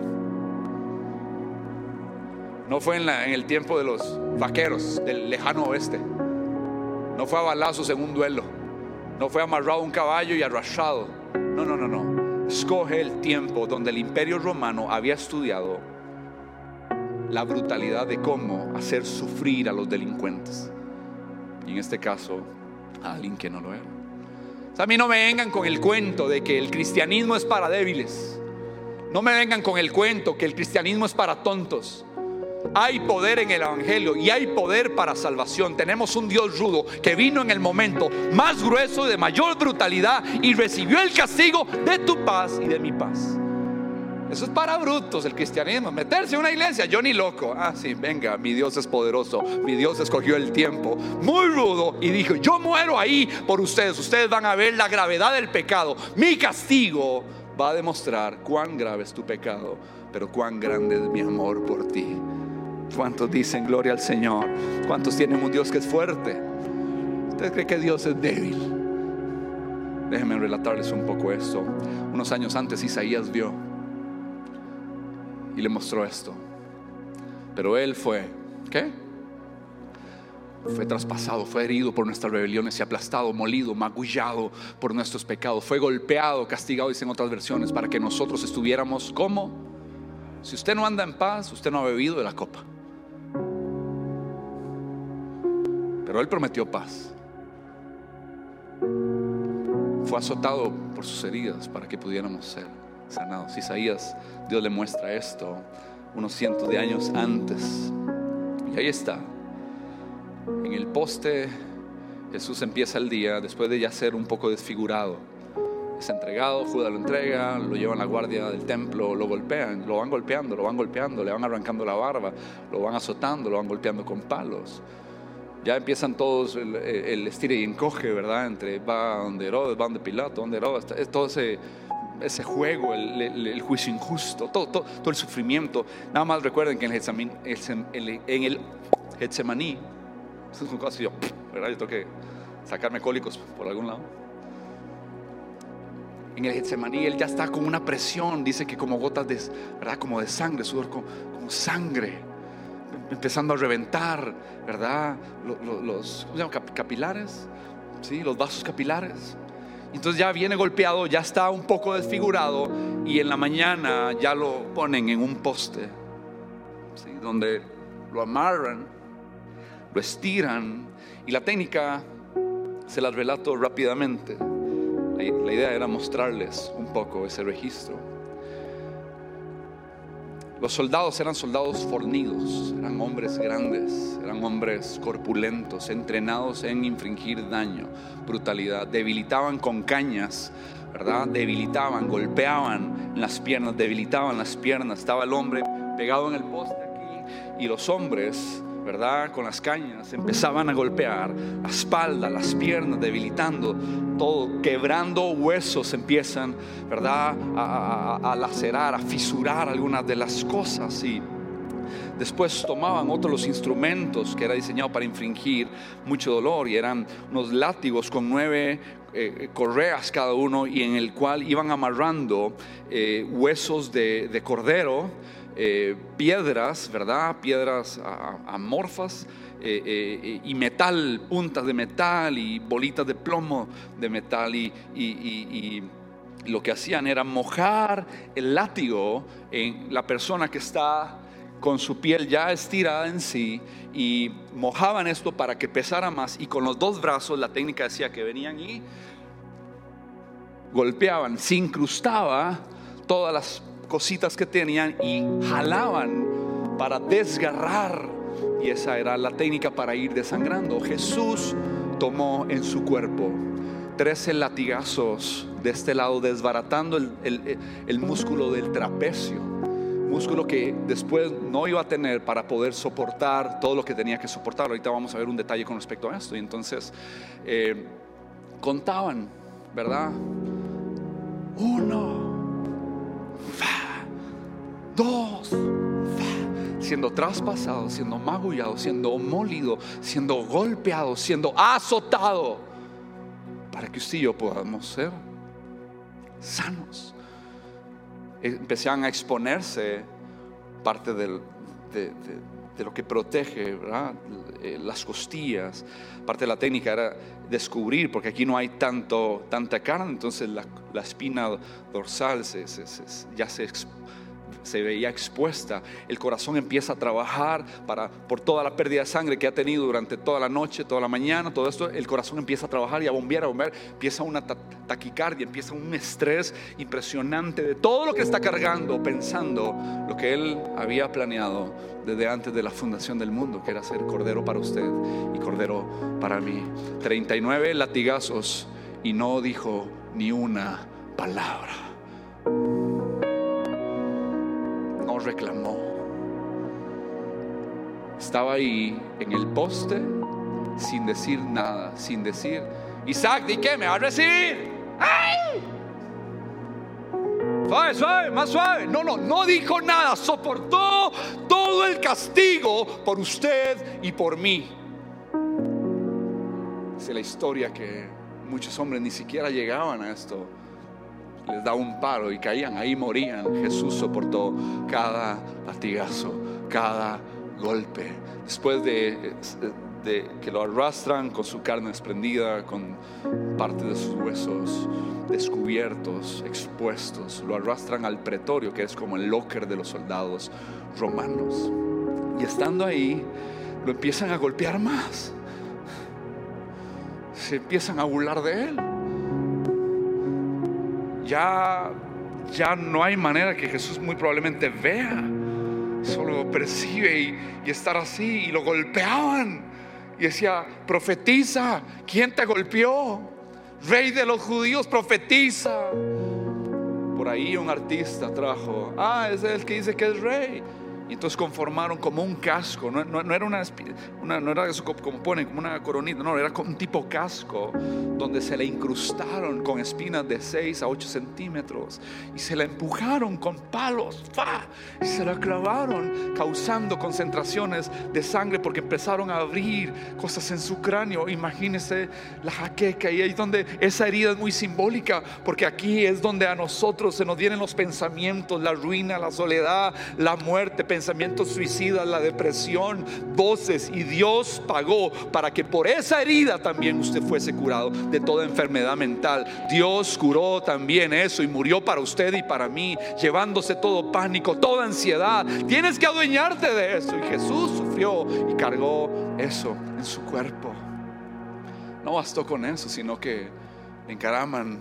No fue en, la, en el tiempo de los vaqueros del lejano oeste. No fue a balazos en un duelo. No fue amarrado a un caballo y arrastrado. No, no, no, no. Escoge el tiempo donde el Imperio Romano había estudiado la brutalidad de cómo hacer sufrir a los delincuentes, y en este caso a alguien que no lo era. O sea, a mí no me vengan con el cuento de que el cristianismo es para débiles. No me vengan con el cuento que el cristianismo es para tontos. Hay poder en el evangelio y hay poder para salvación. Tenemos un Dios rudo que vino en el momento más grueso, de mayor brutalidad, y recibió el castigo de tu paz y de mi paz. Eso es para brutos el cristianismo. Meterse en una iglesia, yo ni loco. Ah, sí, venga, mi Dios es poderoso. Mi Dios escogió el tiempo muy rudo y dijo, yo muero ahí por ustedes. Ustedes van a ver la gravedad del pecado. Mi castigo va a demostrar cuán grave es tu pecado, pero cuán grande es mi amor por ti. ¿Cuántos dicen gloria al Señor? ¿Cuántos tienen un Dios que es fuerte? ¿Usted cree que Dios es débil? Déjenme relatarles un poco esto. Unos años antes Isaías vio y le mostró esto. Pero él fue, ¿qué? Fue traspasado, fue herido por nuestras rebeliones y aplastado, molido, magullado por nuestros pecados. Fue golpeado, castigado, dicen otras versiones, para que nosotros estuviéramos ¿cómo? Si usted no anda en paz, usted no ha bebido de la copa. Pero él prometió paz. Fue azotado por sus heridas para que pudiéramos ser sanados. Isaías, Dios le muestra esto unos cientos de años antes. Y ahí está. En el poste Jesús empieza el día después de ya ser un poco desfigurado. Es entregado, Judas lo entrega, lo llevan a la guardia del templo, lo golpean, lo van golpeando, lo van golpeando, le van arrancando la barba, lo van azotando, lo van golpeando con palos. Ya empiezan todos el, el estire y encoge, ¿verdad? Entre va donde Herodes, va donde Pilato, donde Herodes, todo ese ese juego, el, el, el juicio injusto, todo, todo, todo el sufrimiento. Nada más recuerden que en el Getsemaní, en el Getsemaní, eso es un caso yo, ¿verdad? Yo tengo que sacarme cólicos por algún lado. En el Getsemaní él ya está con una presión, dice que como gotas de, ¿verdad? Como de sangre, sudor como, como sangre, empezando a reventar, ¿verdad? Los, los ¿cómo se llama? Capilares, ¿sí? Los vasos capilares. Entonces ya viene golpeado, ya está un poco desfigurado, y en la mañana ya lo ponen en un poste, ¿sí? Donde lo amarran, lo estiran, y la técnica se las relato rápidamente. La, la idea era mostrarles un poco ese registro. Los soldados eran soldados fornidos, eran hombres grandes, eran hombres corpulentos, entrenados en infringir daño, brutalidad. Debilitaban con cañas, ¿verdad? Debilitaban, golpeaban las piernas, debilitaban las piernas. Estaba el hombre pegado en el poste aquí, y los hombres, ¿verdad? Con las cañas empezaban a golpear la espalda, las piernas, debilitando todo, quebrando huesos. Empiezan, ¿verdad? A, a, a lacerar, a fisurar algunas de las cosas, y después tomaban otros los instrumentos que era diseñado para infringir mucho dolor, y eran unos látigos con nueve eh, correas cada uno, y en el cual iban amarrando eh, huesos de, de cordero, Eh, piedras, ¿verdad? Piedras a, amorfas eh, eh, y metal, puntas de metal y bolitas de plomo de metal, y, y, y, y lo que hacían era mojar el látigo en la persona que está con su piel ya estirada en sí, y mojaban esto para que pesara más, y con los dos brazos la técnica decía que venían y golpeaban, se incrustaba todas las cositas que tenían y jalaban para desgarrar, y esa era la técnica para ir desangrando. Jesús tomó en su cuerpo trece latigazos de este lado, desbaratando el, el, el músculo del trapecio, músculo que después no iba a tener para poder soportar todo lo que tenía que soportar. Ahorita vamos a ver un detalle con respecto a esto. Y entonces eh, contaban, ¿verdad? Uno, dos, siendo traspasado, siendo magullado, siendo molido, siendo golpeado, siendo azotado, para que usted y yo podamos ser sanos. Empezaban a exponerse parte del, de, de, de lo que protege, ¿verdad? Las costillas. Parte de la técnica era descubrir, porque aquí no hay tanto, tanta carne, entonces la, la espina dorsal se, se, se, ya se expone, se veía expuesta. El corazón empieza a trabajar para, por toda la pérdida de sangre que ha tenido durante toda la noche, toda la mañana, todo esto. El corazón empieza a trabajar y a bombear, a bombear. Empieza una taquicardia, empieza un estrés impresionante de todo lo que está cargando, pensando lo que él había planeado desde antes de la fundación del mundo, que era ser cordero para usted y cordero para mí. treinta y nueve latigazos y no dijo ni una palabra. No reclamó. Estaba ahí en el poste sin decir nada, sin decir: Isaac, ¿di qué? ¿Me va a recibir? ¡Ay! Suave, suave, más suave. No, no, no dijo nada. Soportó todo el castigo por usted y por mí. Es la historia que muchos hombres ni siquiera llegaban a esto. Les daba un paro y caían, ahí morían. Jesús soportó cada latigazo, cada golpe. Después de, de que lo arrastran con su carne desprendida, con parte de sus huesos descubiertos, expuestos, lo arrastran al pretorio, que es como el locker de los soldados romanos. Y estando ahí, lo empiezan a golpear más. Se empiezan a burlar de él. Ya, ya no hay manera que Jesús muy probablemente vea, solo percibe y, y estar así. Y lo golpeaban y decía: profetiza, ¿quién te golpeó? Rey de los judíos, profetiza. Por ahí un artista trajo: ah, ese es el que dice que es rey. Y entonces conformaron como un casco. No, no, no era una, una no era eso como ponen, como una coronita. No, era como un tipo casco donde se le incrustaron con espinas de seis a ocho centímetros y se la empujaron con palos, ¡fa! Y se la clavaron, causando concentraciones de sangre porque empezaron a abrir cosas en su cráneo. Imagínense la jaqueca, y ahí es donde esa herida es muy simbólica, porque aquí es donde a nosotros se nos vienen los pensamientos, la ruina, la soledad, la muerte, pensamientos suicidas, la depresión, voces, y Dios pagó para que por esa herida también usted fuese curado de toda enfermedad mental. Dios curó también eso y murió para usted y para mí, llevándose todo pánico, toda ansiedad. Tienes que adueñarte de eso, y Jesús sufrió y cargó eso en su cuerpo. No bastó con eso, sino que le encaraman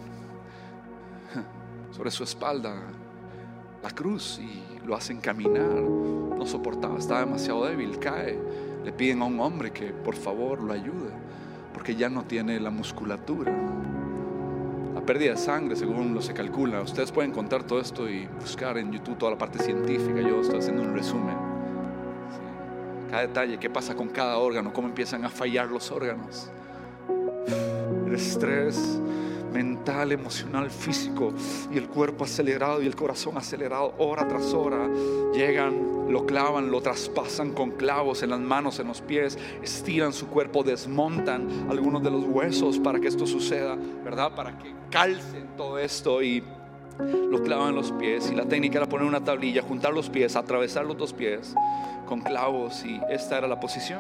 sobre su espalda la cruz y lo hacen caminar. No soportaba, estaba demasiado débil, cae. Le piden a un hombre que por favor lo ayude, porque ya no tiene la musculatura. La pérdida de sangre, según lo se calcula, ustedes pueden contar todo esto y buscar en YouTube toda la parte científica. Yo estoy haciendo un resumen, sí. Cada detalle, qué pasa con cada órgano, cómo empiezan a fallar los órganos. El estrés mental, emocional, físico, y el cuerpo acelerado y el corazón acelerado, hora tras hora. Llegan, lo clavan, lo traspasan con clavos en las manos, en los pies, estiran su cuerpo, desmontan algunos de los huesos para que esto suceda, ¿verdad? Para que calcen todo esto, y lo clavan en los pies. Y la técnica era poner una tablilla, juntar los pies, atravesar los dos pies con clavos, y esta era la posición.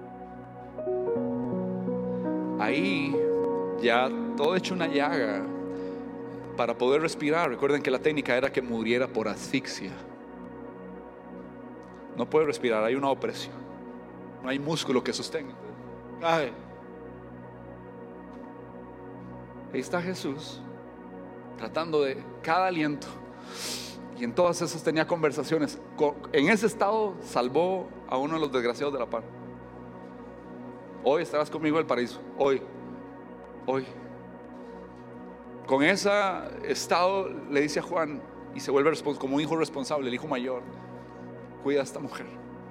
Ahí ya todo hecho una llaga para poder respirar. Recuerden que la técnica era que muriera por asfixia. No puede respirar, hay una opresión, no hay músculo que sostenga. Cae. Ahí está Jesús tratando de cada aliento, y en todas esas tenía conversaciones. En ese estado salvó a uno de los desgraciados de la par. Hoy estarás conmigo en el paraíso. Hoy Hoy con ese estado le dice a Juan, y se vuelve como un hijo responsable, el hijo mayor: cuida a esta mujer.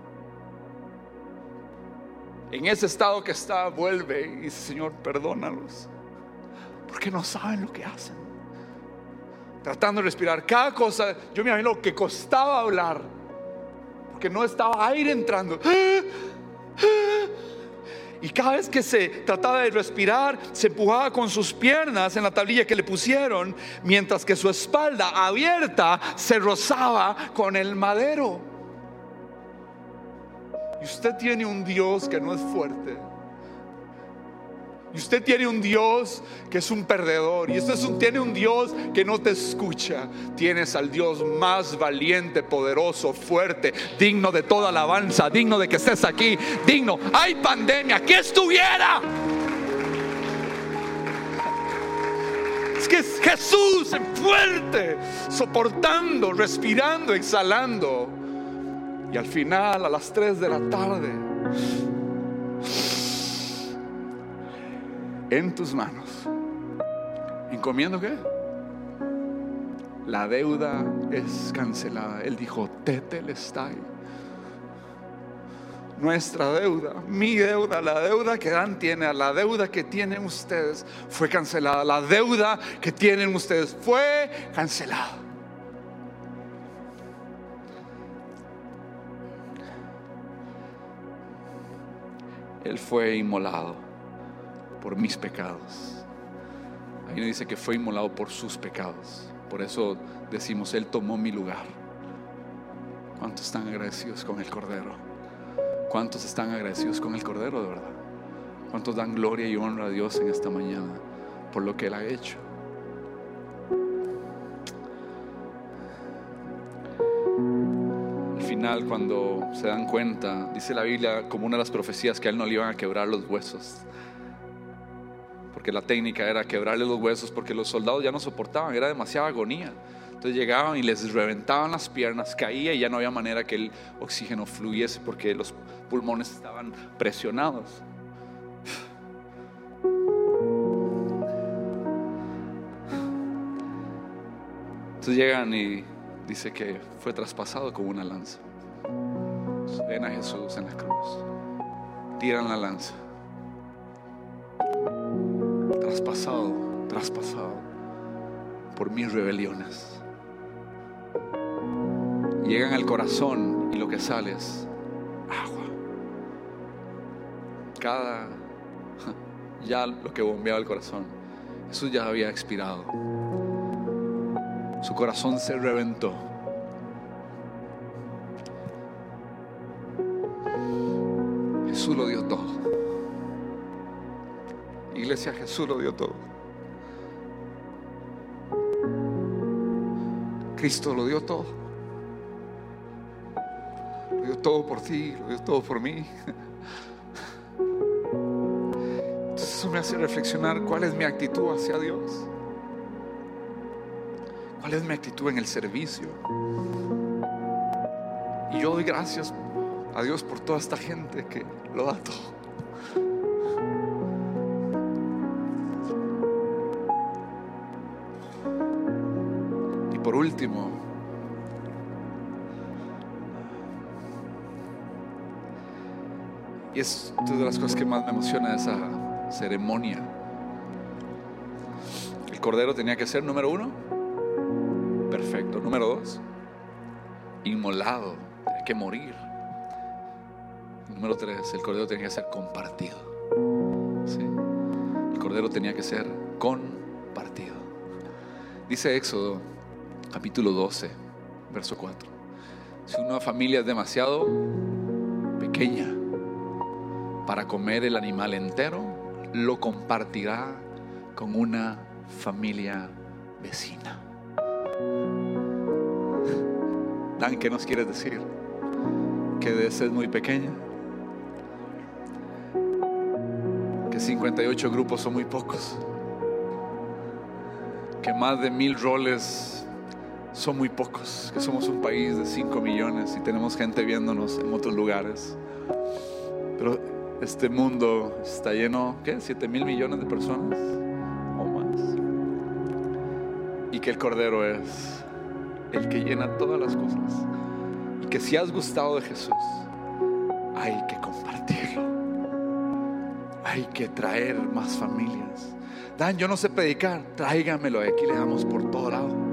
En ese estado que está, vuelve y dice: Señor, perdónalos, porque no saben lo que hacen. Tratando de respirar, cada cosa, yo me imagino que costaba hablar, porque no estaba aire entrando. Y cada vez que se trataba de respirar, se empujaba con sus piernas en la tablilla que le pusieron, mientras que su espalda abierta se rozaba con el madero. Y usted tiene un Dios que no es fuerte. Y usted tiene un Dios que es un perdedor. Y usted es un, tiene un Dios que no te escucha. Tienes al Dios más valiente, poderoso, fuerte, digno de toda alabanza, digno de que estés aquí, digno. Hay pandemia, que estuviera. Es que es Jesús en fuerte, soportando, respirando, exhalando. Y al final, a las tres de la tarde, en tus manos, encomiendo ¿qué? La deuda es cancelada. Él dijo: tetelestai. Nuestra deuda, mi deuda, la deuda que Dan tiene, la deuda que tienen ustedes fue cancelada. La deuda que tienen ustedes fue cancelada. Él fue inmolado por mis pecados. Ahí nos dice que fue inmolado por sus pecados. Por eso decimos: Él tomó mi lugar. ¿Cuántos están agradecidos con el Cordero? ¿Cuántos están agradecidos con el Cordero de verdad? ¿Cuántos dan gloria y honra a Dios en esta mañana por lo que Él ha hecho? Al final, cuando se dan cuenta, dice la Biblia como una de las profecías, que a Él no le iban a quebrar los huesos, porque la técnica era quebrarle los huesos, porque los soldados ya no soportaban, era demasiada agonía. Entonces llegaban y les reventaban las piernas, caía y ya no había manera que el oxígeno fluyese, porque los pulmones estaban presionados. Entonces llegan y dice que fue traspasado como una lanza. ven a Jesús en la cruz, tiran la lanza, traspasado, traspasado por mis rebeliones. Llegan al corazón y lo que sale es agua. Cada, ya lo que bombeaba el corazón, eso ya había expirado. Su corazón se reventó. Jesús lo dio todo. Iglesia, Jesús lo dio todo. Cristo lo dio todo. Lo dio todo por ti, lo dio todo por mí. Entonces eso me hace reflexionar cuál es mi actitud hacia Dios. ¿Cuál es mi actitud en el servicio? Y yo doy gracias a Dios por toda esta gente que lo da todo. Y por último, y es una de las cosas que más me emociona de esa ceremonia, el cordero tenía que ser, número uno, perfecto. Número dos, inmolado, tenía que morir. Número tres, el cordero tenía que ser compartido. ¿Sí? El cordero tenía que ser compartido. Dice Éxodo capítulo doce, verso cuatro: si una familia es demasiado pequeña para comer el animal entero, lo compartirá con una familia vecina. Dan, ¿qué nos quieres decir? Que de ser muy pequeña, que cincuenta y ocho grupos son muy pocos, que más de mil roles son muy pocos, que somos un país de cinco millones y tenemos gente viéndonos en otros lugares, pero este mundo está lleno, ¿qué? siete mil millones de personas o más, y que el Cordero es el que llena todas las cosas, y que si has gustado de Jesús, hay que compartirlo, hay que traer más familias. Dan, yo no sé predicar, tráigamelo, aquí le damos por todo lado.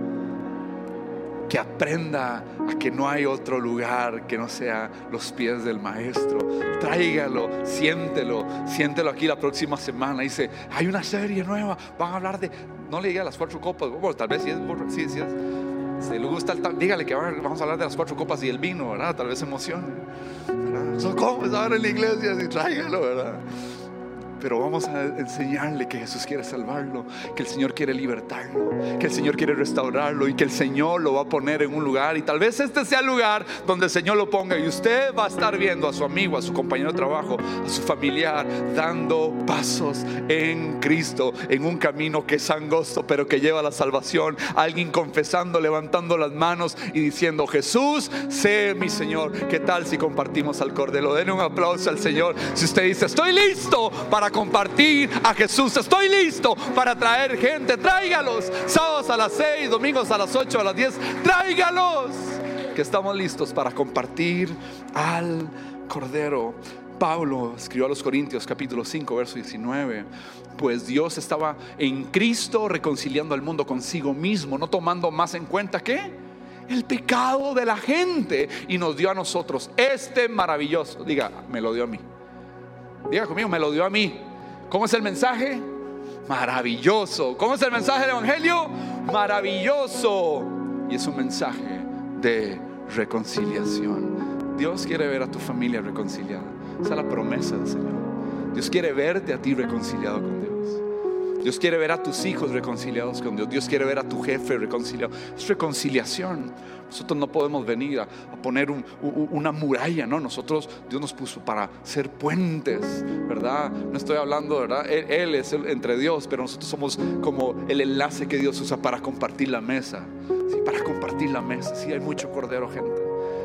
Que aprenda a que no hay otro lugar que no sea los pies del maestro. Tráigalo, siéntelo, siéntelo aquí la próxima semana. Dice, hay una serie nueva, van a hablar de, no le diga las cuatro copas, bueno, tal vez si es, sí, sí es, si le gusta el, dígale que vamos a hablar de las cuatro copas y el vino, ¿verdad? Tal vez se emocione, ¿verdad? ¿Cómo es ahora en la iglesia? Así, tráigalo, ¿verdad? Pero vamos a enseñarle que Jesús quiere salvarlo, que el Señor quiere libertarlo, que el Señor quiere restaurarlo y que el Señor lo va a poner en un lugar. Y tal vez este sea el lugar donde el Señor lo ponga, y usted va a estar viendo a su amigo, a su compañero de trabajo, a su familiar dando pasos en Cristo, en un camino que es angosto pero que lleva a la salvación. Alguien confesando, levantando las manos y diciendo, Jesús, sé mi Señor. ¿Qué tal si compartimos al Cordero? Denle un aplauso al Señor. Si usted dice, estoy listo para compartir a Jesús, estoy listo para traer gente, tráigalos. Sábados a las seis, domingos a las ocho, a las diez, tráigalos, que estamos listos para compartir al Cordero. Pablo escribió a los Corintios capítulo cinco, verso diecinueve: pues Dios estaba en Cristo reconciliando al mundo consigo mismo, no tomando más en cuenta ¿qué? El pecado de la gente, y nos dio a nosotros este maravilloso, diga, me lo dio a mí. Diga conmigo, me lo dio a mí. ¿Cómo es el mensaje? Maravilloso. ¿Cómo es el mensaje del Evangelio? Maravilloso. Y es un mensaje de reconciliación. Dios quiere ver a tu familia reconciliada. Esa es la promesa del Señor. Dios quiere verte a ti reconciliado con Dios. Dios quiere ver a tus hijos reconciliados con Dios. Dios quiere ver a tu jefe reconciliado. Es reconciliación. Nosotros no podemos venir a, a poner un, un, una muralla, ¿no? Nosotros, Dios nos puso para ser puentes, ¿verdad? No estoy hablando, ¿verdad? Él, él es el, entre Dios, pero nosotros somos como el enlace que Dios usa para compartir la mesa. Sí, para compartir la mesa. Sí, hay mucho cordero, gente.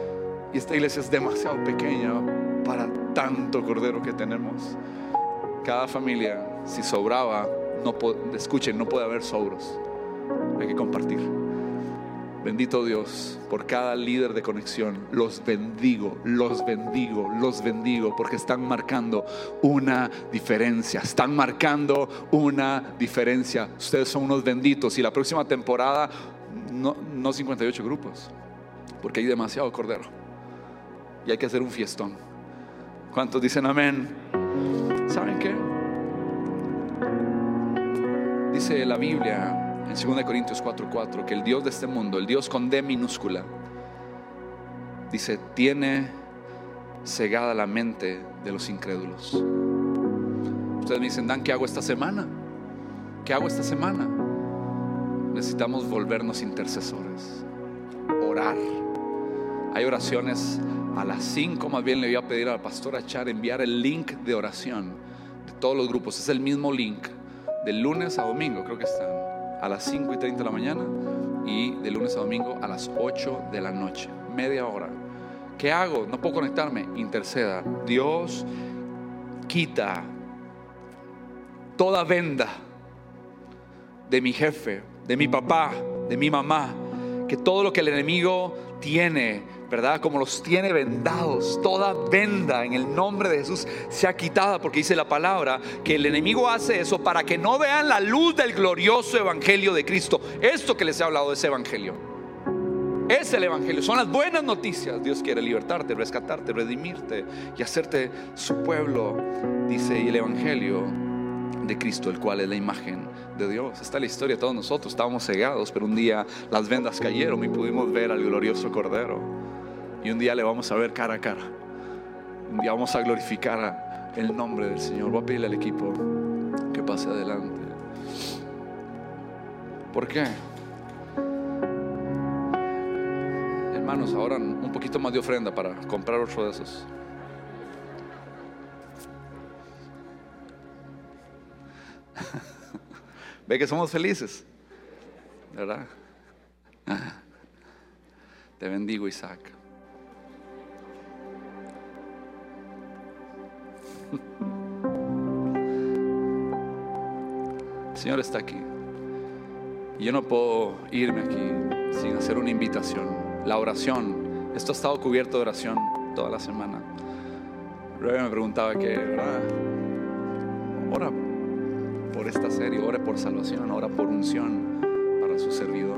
Y esta iglesia es demasiado pequeña para tanto cordero que tenemos. Cada familia, si sobraba, no po- escuchen, no puede haber sobros. Hay que compartir. Bendito Dios por cada líder de conexión. Los bendigo, los bendigo, los bendigo, porque están marcando una diferencia. Están marcando una diferencia. Ustedes son unos benditos. Y la próxima temporada no, no cincuenta y ocho grupos, porque hay demasiado cordero y hay que hacer un fiestón. ¿Cuántos dicen amén? ¿Saben qué? Dice la Biblia en segunda Corintios cuatro cuatro que el Dios de este mundo, el Dios con D minúscula, dice, tiene cegada la mente de los incrédulos. Ustedes me dicen, Dan, ¿qué hago esta semana? ¿Qué hago esta semana? Necesitamos volvernos intercesores, orar. Hay oraciones a las cinco. Más bien le voy a pedir a la pastora Char enviar el link de oración de todos los grupos. Es el mismo link de lunes a domingo, creo que están a las cinco y treinta de la mañana, y de lunes a domingo a las ocho de la noche, media hora. ¿Qué hago? No puedo conectarme. Interceda. Dios, quita toda venda de mi jefe, de mi papá, de mi mamá, que todo lo que el enemigo tiene, ¿verdad? Como los tiene vendados, toda venda en el nombre de Jesús sea quitada, porque dice la palabra que el enemigo hace eso para que no vean la luz del glorioso evangelio de Cristo. Esto que les he hablado de ese evangelio es el evangelio, son las buenas noticias. Dios quiere libertarte, rescatarte, redimirte y hacerte su pueblo, dice, y el evangelio de Cristo, el cual es la imagen de Dios. Esta es la historia de todos nosotros. Estábamos cegados, pero un día las vendas cayeron y pudimos ver al glorioso Cordero. Y un día le vamos a ver cara a cara. Un día vamos a glorificar el nombre del Señor. Voy a pedirle al equipo que pase adelante. ¿Por qué? Hermanos, ahora un poquito más de ofrenda para comprar otro de esos. Ve que somos felices, ¿verdad? Te bendigo, Isaac. El Señor está aquí. Y yo no puedo irme aquí sin hacer una invitación. La oración, esto ha estado cubierto de oración toda la semana. Luego me preguntaba que, ¿verdad? Ora por esta serie, ora por salvación, ora por unción para su servidor.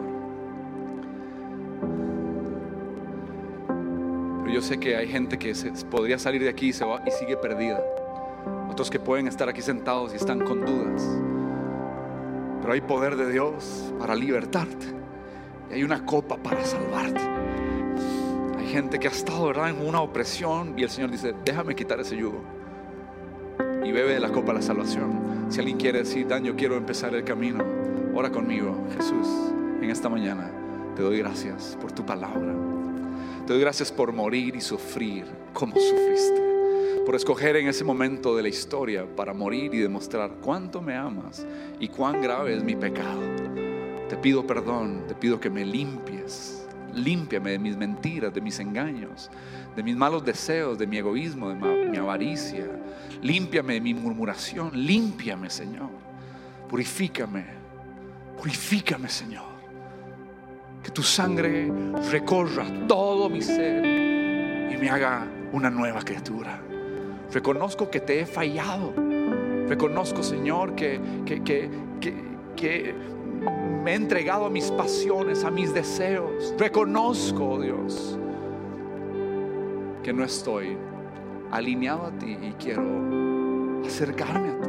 Pero yo sé que hay gente que se, podría salir de aquí y, se va, y sigue perdida. Otros que pueden estar aquí sentados y están con dudas. Pero hay poder de Dios para libertarte. Y hay una copa para salvarte. Hay gente que ha estado, ¿verdad?, en una opresión, y el Señor dice, déjame quitar ese yugo. Y bebe de la copa de la salvación. Si alguien quiere decir, Dan, yo quiero empezar el camino, ora conmigo. Jesús, en esta mañana te doy gracias por tu palabra. Te doy gracias por morir y sufrir como sufriste, por escoger en ese momento de la historia para morir y demostrar cuánto me amas y cuán grave es mi pecado. Te pido perdón, te pido que me limpies. Límpiame de mis mentiras, de mis engaños, de mis malos deseos, de mi egoísmo, de mi avaricia. Límpiame de mi murmuración. Límpiame, Señor. Purifícame. Purifícame, Señor. Que tu sangre recorra todo mi ser y me haga una nueva criatura. Reconozco que te he fallado. Reconozco, Señor, que, que, que, que, que me he entregado a mis pasiones, a mis deseos. Reconozco, Dios, que no estoy alineado a ti y quiero acercarme a ti.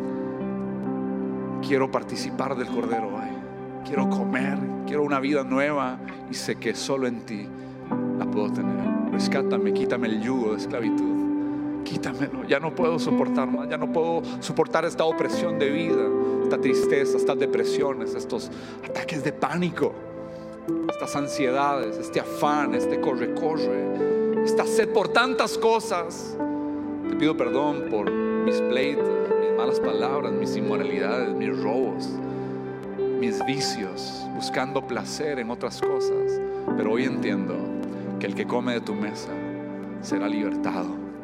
Quiero participar del Cordero hoy. Quiero comer, quiero una vida nueva y sé que solo en ti la puedo tener. Rescátame, quítame el yugo de esclavitud. Quítamelo, ya no puedo soportar más. Ya no puedo soportar esta opresión de vida, esta tristeza, estas depresiones, estos ataques de pánico, estas ansiedades, este afán, este corre-corre, esta sed por tantas cosas. Te pido perdón por mis pleitos, mis malas palabras, mis inmoralidades, mis robos, mis vicios, buscando placer en otras cosas. Pero hoy entiendo que el que come de tu mesa será libertado.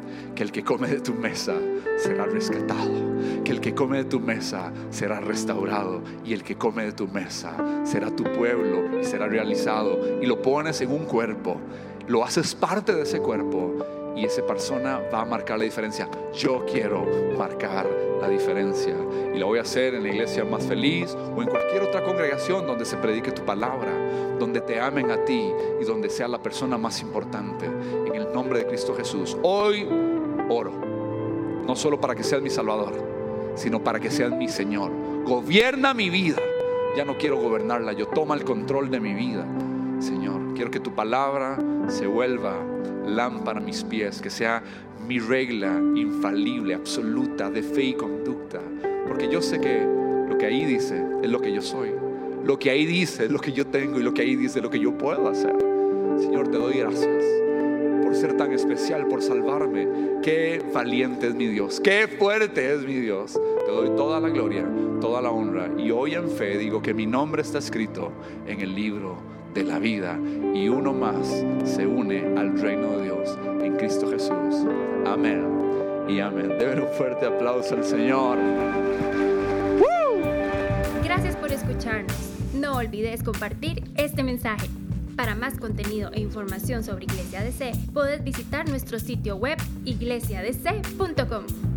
que el que come de tu mesa será rescatado, que el que come de tu mesa será restaurado, y el que come de tu mesa será tu pueblo y será realizado. Y lo pones en un cuerpo, lo haces parte de ese cuerpo, y esa persona va a marcar la diferencia. Yo quiero marcar la diferencia, y lo voy a hacer en la iglesia más feliz o en cualquier otra congregación donde se predique tu palabra, donde te amen a ti y donde sea la persona más importante. En el nombre de Cristo Jesús, hoy oro, no solo para que seas mi Salvador, sino para que seas mi Señor. Gobierna mi vida. Ya no quiero gobernarla, yo toma el control de mi vida, Señor. Quiero que tu palabra se vuelva lámpara a mis pies, que sea mi regla infalible, absoluta, de fe y conducta, porque yo sé que lo que ahí dice es lo que yo soy, lo que ahí dice es lo que yo tengo, y lo que ahí dice es lo que yo puedo hacer. Señor, te doy gracias por ser tan especial, por salvarme. Qué valiente es mi Dios, qué fuerte es mi Dios. Te doy toda la gloria, toda la honra, y hoy en fe digo que mi nombre está escrito en el libro de la vida, y uno más se une al reino de Dios en Cristo Jesús. Amén y amén. Deben un fuerte aplauso al Señor. ¡Woo! Gracias por escucharnos. No olvides compartir este mensaje. Para más contenido e información sobre Iglesia D C, puedes visitar nuestro sitio web iglesia d c punto com.